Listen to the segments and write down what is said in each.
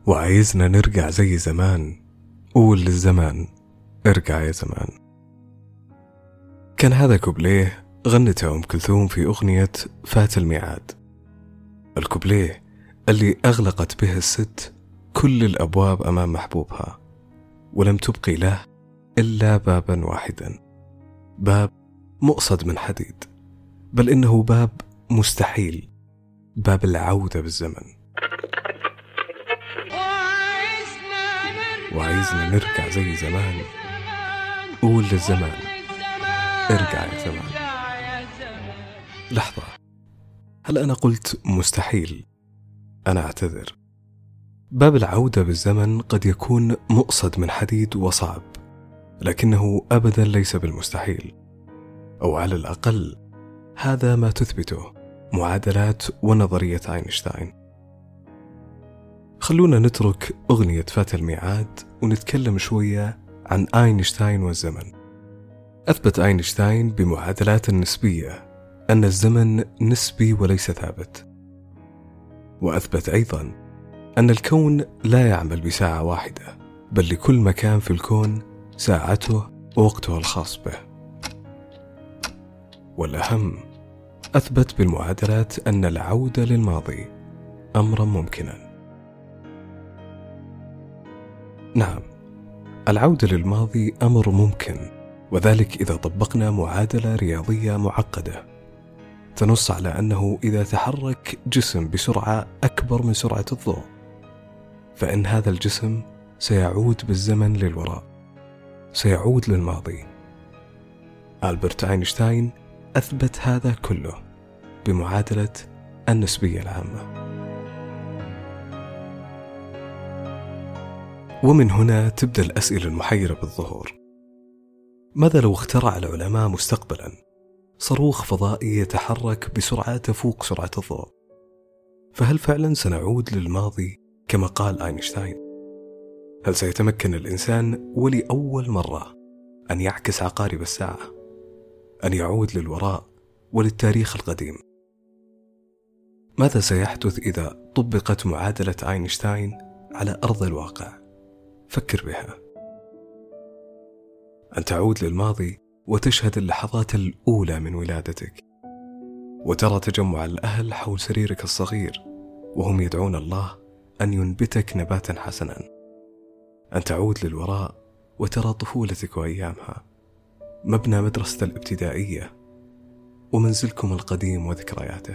وعايزنا نرجع زي زمان. قول للزمان ارجع يا زمان. كان هذا كوبليه غنته أم كلثوم في أغنية فات الميعاد، الكوبليه اللي أغلقت به الست كل الأبواب أمام محبوبها، ولم تبقي له إلا بابا واحدا، باب مؤصد من حديد، بل إنه باب مستحيل، باب العودة بالزمن. وعايزنا نرجع زي زمان. قول للزمان ارجع يا زمان. لحظة، هل أنا قلت مستحيل؟ أنا أعتذر. باب العودة بالزمن قد يكون مؤصد من حديد وصعب، لكنه أبدا ليس بالمستحيل، أو على الأقل هذا ما تثبته معادلات ونظرية أينشتاين. خلونا نترك أغنية فات الميعاد ونتكلم شوية عن أينشتاين والزمن. أثبت أينشتاين بمعادلات النسبية أن الزمن نسبي وليس ثابت، وأثبت أيضا أن الكون لا يعمل بساعة واحدة، بل لكل مكان في الكون ساعته ووقته الخاص به. والأهم، أثبت بالمعادلات أن العودة للماضي أمرا ممكنا. نعم، العودة للماضي أمر ممكن، وذلك إذا طبقنا معادلة رياضية معقدة تنص على أنه إذا تحرك جسم بسرعة أكبر من سرعة الضوء، فإن هذا الجسم سيعود بالزمن للوراء، سيعود للماضي. ألبرت أينشتاين أثبت هذا كله بمعادلة النسبية العامة. ومن هنا تبدأ الأسئلة المحيرة بالظهور. ماذا لو اخترع العلماء مستقبلا صاروخ فضائي يتحرك بسرعة تفوق سرعة الضوء؟ فهل فعلا سنعود للماضي كما قال أينشتاين؟ هل سيتمكن الإنسان ولأول مرة أن يعكس عقارب الساعة، أن يعود للوراء وللتاريخ القديم؟ ماذا سيحدث إذا طبقت معادلة أينشتاين على أرض الواقع؟ فكر بها. أن تعود للماضي وتشهد اللحظات الأولى من ولادتك، وترى تجمع الأهل حول سريرك الصغير وهم يدعون الله أن ينبتك نباتا حسنا. أن تعود للوراء وترى طفولتك وأيامها، مبنى مدرسة الابتدائية ومنزلكم القديم وذكرياته.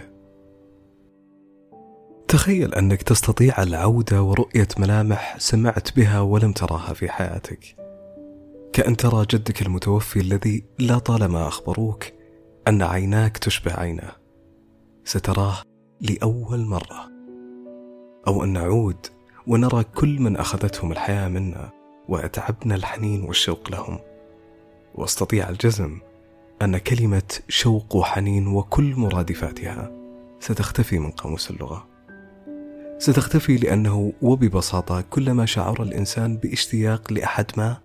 تخيل أنك تستطيع العودة ورؤية ملامح سمعت بها ولم تراها في حياتك، كأن ترى جدك المتوفي الذي لا طالما أخبروك أن عيناك تشبه عينه، ستراه لأول مرة. أو أن نعود ونرى كل من أخذتهم الحياة منا وأتعبنا الحنين والشوق لهم، واستطيع الجزم أن كلمة شوق وحنين وكل مرادفاتها ستختفي من قاموس اللغة. ستختفي لأنه وببساطة كلما شعر الإنسان باشتياق لأحد ما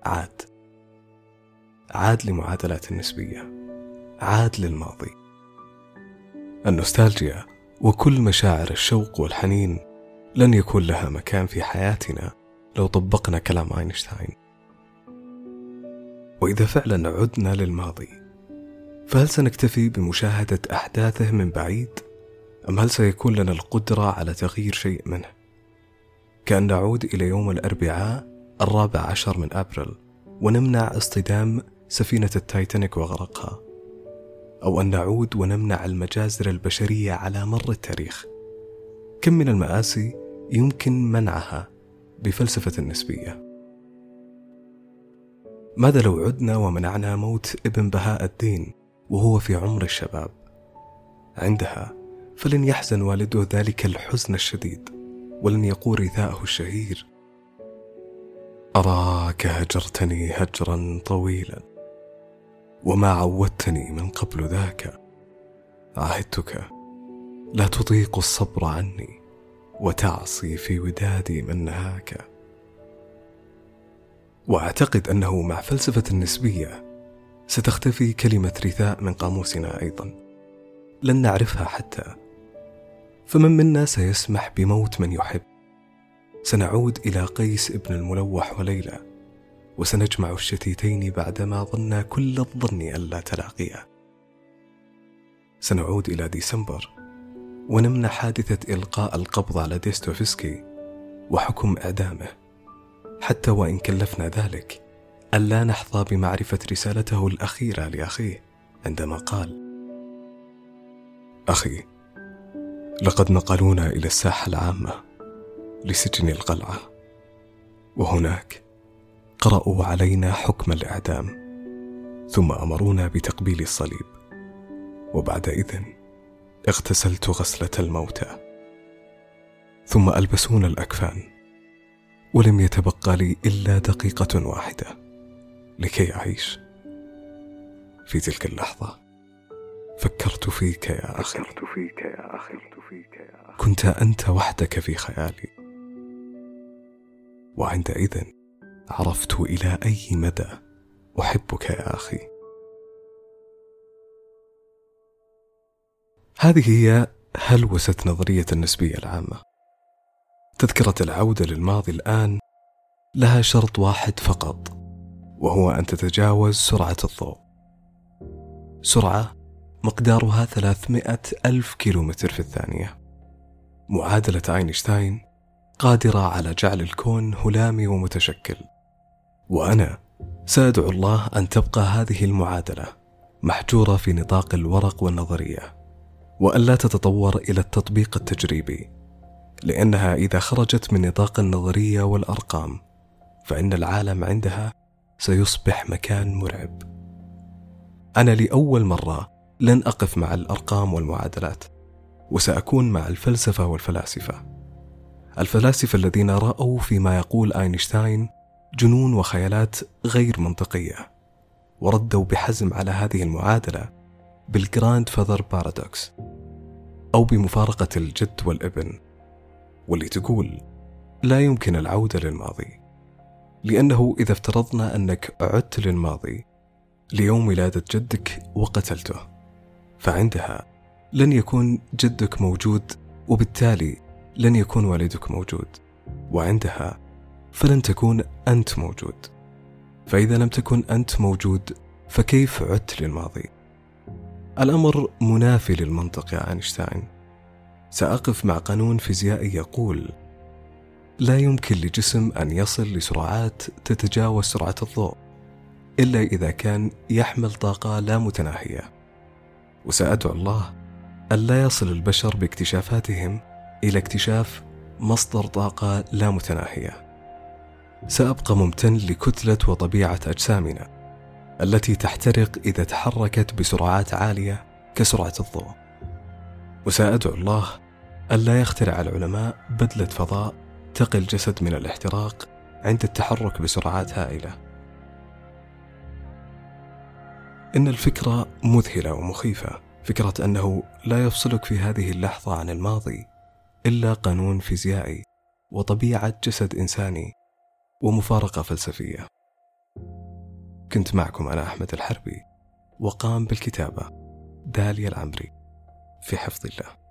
عاد لمعادلات النسبية، عاد للماضي. النوستالجيا وكل مشاعر الشوق والحنين لن يكون لها مكان في حياتنا لو طبقنا كلام أينشتاين. وإذا فعلا عدنا للماضي، فهل سنكتفي بمشاهدة أحداثه من بعيد، أم هل سيكون لنا القدرة على تغيير شيء منه؟ كأن نعود إلى يوم الأربعاء 14 من أبريل ونمنع اصطدام سفينة التايتانيك وغرقها، أو أن نعود ونمنع المجازر البشرية على مر التاريخ. كم من المآسي يمكن منعها بفلسفة النسبية؟ ماذا لو عدنا ومنعنا موت ابن بهاء الدين وهو في عمر الشباب؟ عندها فلن يحزن والده ذلك الحزن الشديد، ولن يقول رثاءه الشهير: أراك هجرتني هجرا طويلا وما عودتني من قبل ذاك، عهدتك لا تطيق الصبر عني وتعصي في ودادي من نهاك. وأعتقد أنه مع فلسفة النسبية ستختفي كلمة رثاء من قاموسنا أيضا، لن نعرفها حتى. فمن منا سيسمح بموت من يحب؟ سنعود إلى قيس ابن الملوح وليلى، وسنجمع الشتيتين بعدما ظن كل الظن ألا تلاقيا. سنعود إلى ديسمبر ونمنع حادثة إلقاء القبض على ديستوفسكي وحكم إعدامه، حتى وإن كلفنا ذلك ألا نحظى بمعرفة رسالته الأخيرة لأخيه عندما قال: أخي، لقد نقلونا إلى الساحة العامة لسجن القلعة، وهناك قرأوا علينا حكم الإعدام، ثم أمرونا بتقبيل الصليب، وبعد إذن اغتسلت غسلة الموتى، ثم ألبسونا الأكفان، ولم يتبقى لي إلا دقيقة واحدة لكي أعيش. في تلك اللحظة فكرت فيك يا أخي، كنت أنت وحدك في خيالي، وعندئذ عرفت إلى أي مدى أحبك يا أخي. هذه هي هلوسة نظرية النسبية العامة. تذكرة العودة للماضي الآن لها شرط واحد فقط، وهو أن تتجاوز سرعة الضوء، سرعة مقدارها 300,000 كيلومتر في الثانية. معادلة أينشتاين قادرة على جعل الكون هلامي ومتشكل، وأنا سأدعو الله أن تبقى هذه المعادلة محجورة في نطاق الورق والنظرية، وأن لا تتطور إلى التطبيق التجريبي، لأنها إذا خرجت من نطاق النظرية والأرقام فإن العالم عندها سيصبح مكان مرعب. أنا لأول مرة لن أقف مع الأرقام والمعادلات، وسأكون مع الفلسفة والفلاسفة، الفلاسفة الذين رأوا فيما يقول أينشتاين جنون وخيالات غير منطقية، وردوا بحزم على هذه المعادلة بالجراند فاذر بارادوكس، أو بمفارقة الجد والابن، واللي تقول لا يمكن العودة للماضي، لأنه إذا افترضنا أنك عدت للماضي ليوم ولادة جدك وقتلته، فعندها لن يكون جدك موجود، وبالتالي لن يكون والدك موجود، وعندها فلن تكون أنت موجود. فإذا لم تكن أنت موجود فكيف عدت للماضي؟ الأمر منافي للمنطق يا أينشتاين. سأقف مع قانون فيزيائي يقول لا يمكن لجسم أن يصل لسرعات تتجاوز سرعة الضوء إلا إذا كان يحمل طاقة لا متناهية، وسأدعو الله أن لا يصل البشر باكتشافاتهم إلى اكتشاف مصدر طاقة لا متناهية. سأبقى ممتن لكتلة وطبيعة أجسامنا التي تحترق إذا تحركت بسرعات عالية كسرعة الضوء، وسأدعو الله أن لا يخترع العلماء بدلة فضاء تقي الجسد من الاحتراق عند التحرك بسرعات هائلة. إن الفكرة مذهلة ومخيفة، فكرة أنه لا يفصلك في هذه اللحظة عن الماضي إلا قانون فيزيائي وطبيعة جسد إنساني ومفارقة فلسفية. كنت معكم أنا أحمد الحربي، وقام بالكتابة داليا العمري، في حفظ الله.